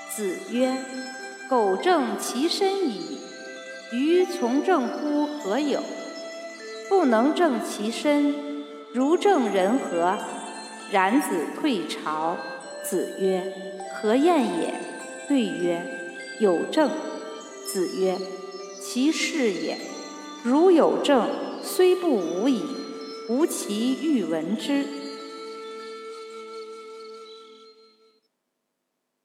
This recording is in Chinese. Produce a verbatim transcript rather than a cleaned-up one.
子曰：苟正其身矣，余从政乎何有？不能正其身，如正人何？冉子退朝。子曰：何晏也？对曰：有政。子曰：其事也。如有政，虽不无矣，吾其欲闻之。